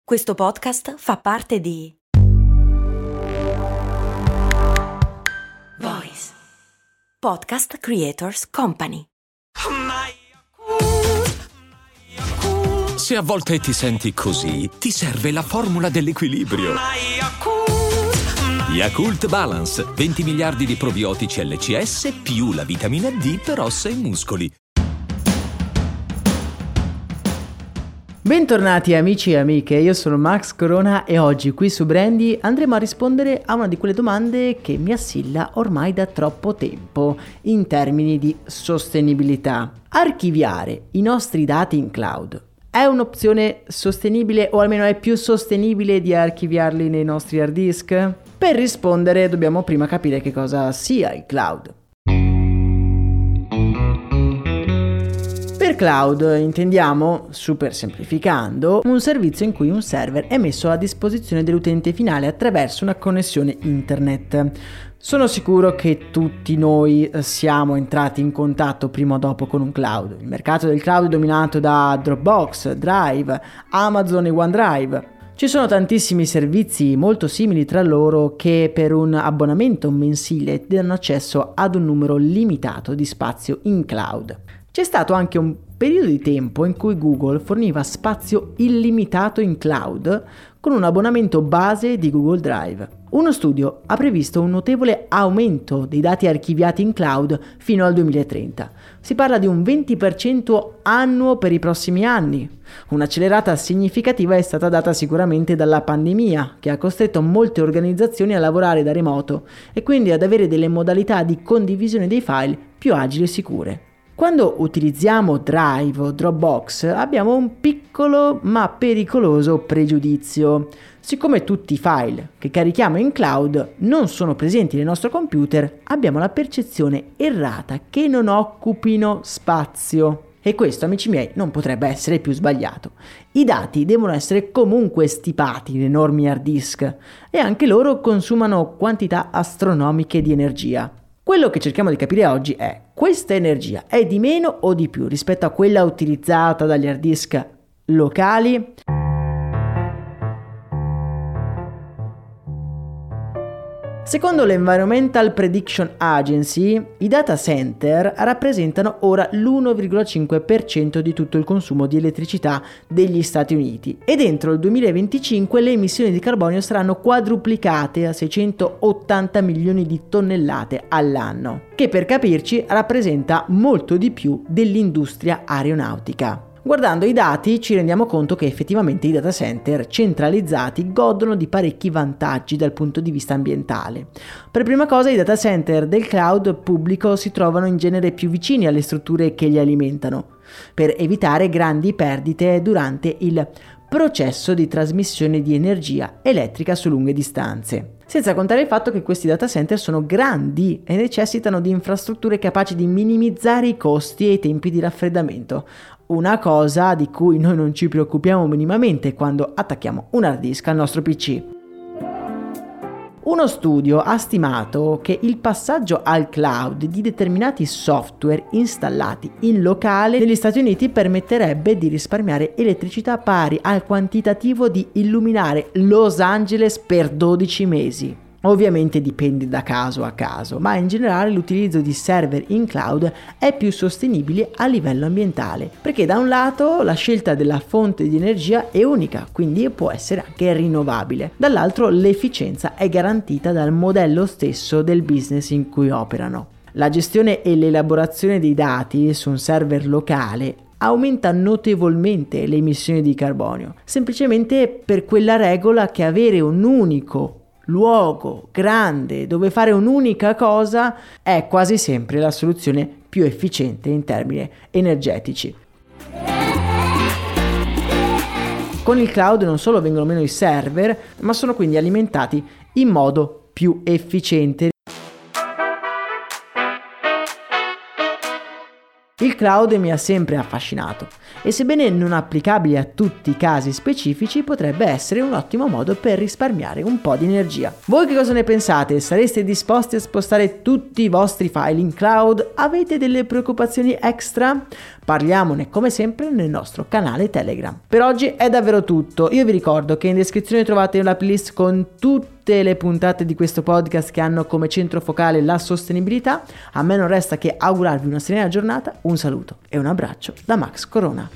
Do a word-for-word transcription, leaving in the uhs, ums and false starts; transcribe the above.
Questo podcast fa parte di Voice Podcast Creators Company. Se a volte ti senti così, ti serve la formula dell'equilibrio. Yakult Balance, venti miliardi di probiotici L C S più la vitamina D per ossa e muscoli. Bentornati amici e amiche, io sono Max Corona e oggi qui su Brandy andremo a rispondere a una di quelle domande che mi assilla ormai da troppo tempo in termini di sostenibilità. Archiviare i nostri dati in cloud è un'opzione sostenibile, o almeno è più sostenibile di archiviarli nei nostri hard disk? Per rispondere dobbiamo prima capire che cosa sia il cloud. Per cloud intendiamo, super semplificando, un servizio in cui un server è messo a disposizione dell'utente finale attraverso una connessione internet. Sono sicuro che tutti noi siamo entrati in contatto prima o dopo con un cloud. Il mercato del cloud è dominato da Dropbox, Drive, Amazon e OneDrive. Ci sono tantissimi servizi molto simili tra loro che per un abbonamento mensile danno accesso ad un numero limitato di spazio in cloud. C'è stato anche un periodo di tempo in cui Google forniva spazio illimitato in cloud con un abbonamento base di Google Drive. Uno studio ha previsto un notevole aumento dei dati archiviati in cloud fino al duemilatrenta. Si parla di un venti per cento annuo per i prossimi anni. Un'accelerata significativa è stata data sicuramente dalla pandemia, che ha costretto molte organizzazioni a lavorare da remoto e quindi ad avere delle modalità di condivisione dei file più agili e sicure. Quando utilizziamo Drive o Dropbox abbiamo un piccolo ma pericoloso pregiudizio. Siccome tutti i file che carichiamo in cloud non sono presenti nel nostro computer, abbiamo la percezione errata che non occupino spazio. E questo, amici miei, non potrebbe essere più sbagliato. I dati devono essere comunque stipati in enormi hard disk e anche loro consumano quantità astronomiche di energia. Quello che cerchiamo di capire oggi è: questa energia è di meno o di più rispetto a quella utilizzata dagli hard disk locali? Secondo l'Environmental Prediction Agency, i data center rappresentano ora l'uno virgola cinque per cento di tutto il consumo di elettricità degli Stati Uniti ed entro il duemilaventicinque le emissioni di carbonio saranno quadruplicate a seicentottanta milioni di tonnellate all'anno, che per capirci rappresenta molto di più dell'industria aeronautica. Guardando i dati ci rendiamo conto che effettivamente i data center centralizzati godono di parecchi vantaggi dal punto di vista ambientale. Per prima cosa, i data center del cloud pubblico si trovano in genere più vicini alle strutture che li alimentano, per evitare grandi perdite durante il processo di trasmissione di energia elettrica su lunghe distanze. Senza contare il fatto che questi data center sono grandi e necessitano di infrastrutture capaci di minimizzare i costi e i tempi di raffreddamento, una cosa di cui noi non ci preoccupiamo minimamente quando attacchiamo un hard disk al nostro P C. Uno studio ha stimato che il passaggio al cloud di determinati software installati in locale negli Stati Uniti permetterebbe di risparmiare elettricità pari al quantitativo di illuminare Los Angeles per dodici mesi. Ovviamente dipende da caso a caso, ma in generale l'utilizzo di server in cloud è più sostenibile a livello ambientale, perché da un lato la scelta della fonte di energia è unica, quindi può essere anche rinnovabile, dall'altro l'efficienza è garantita dal modello stesso del business in cui operano. La gestione e l'elaborazione dei dati su un server locale aumenta notevolmente le emissioni di carbonio, semplicemente per quella regola che avere un unico luogo grande dove fare un'unica cosa è quasi sempre la soluzione più efficiente in termini energetici. Con il cloud non solo vengono meno i server, ma sono quindi alimentati in modo più efficiente. Il cloud mi ha sempre affascinato. e sebbene non applicabili a tutti i casi specifici potrebbe essere un ottimo modo per risparmiare un po' di energia. Voi che cosa ne pensate? Sareste disposti a spostare tutti i vostri file in cloud? Avete delle preoccupazioni extra? Parliamone come sempre nel nostro canale Telegram. Per oggi è davvero tutto. Io vi ricordo che in descrizione trovate la playlist con tutte le puntate di questo podcast che hanno come centro focale la sostenibilità. A me non resta che augurarvi una serena giornata, un saluto e un abbraccio da Max Corona.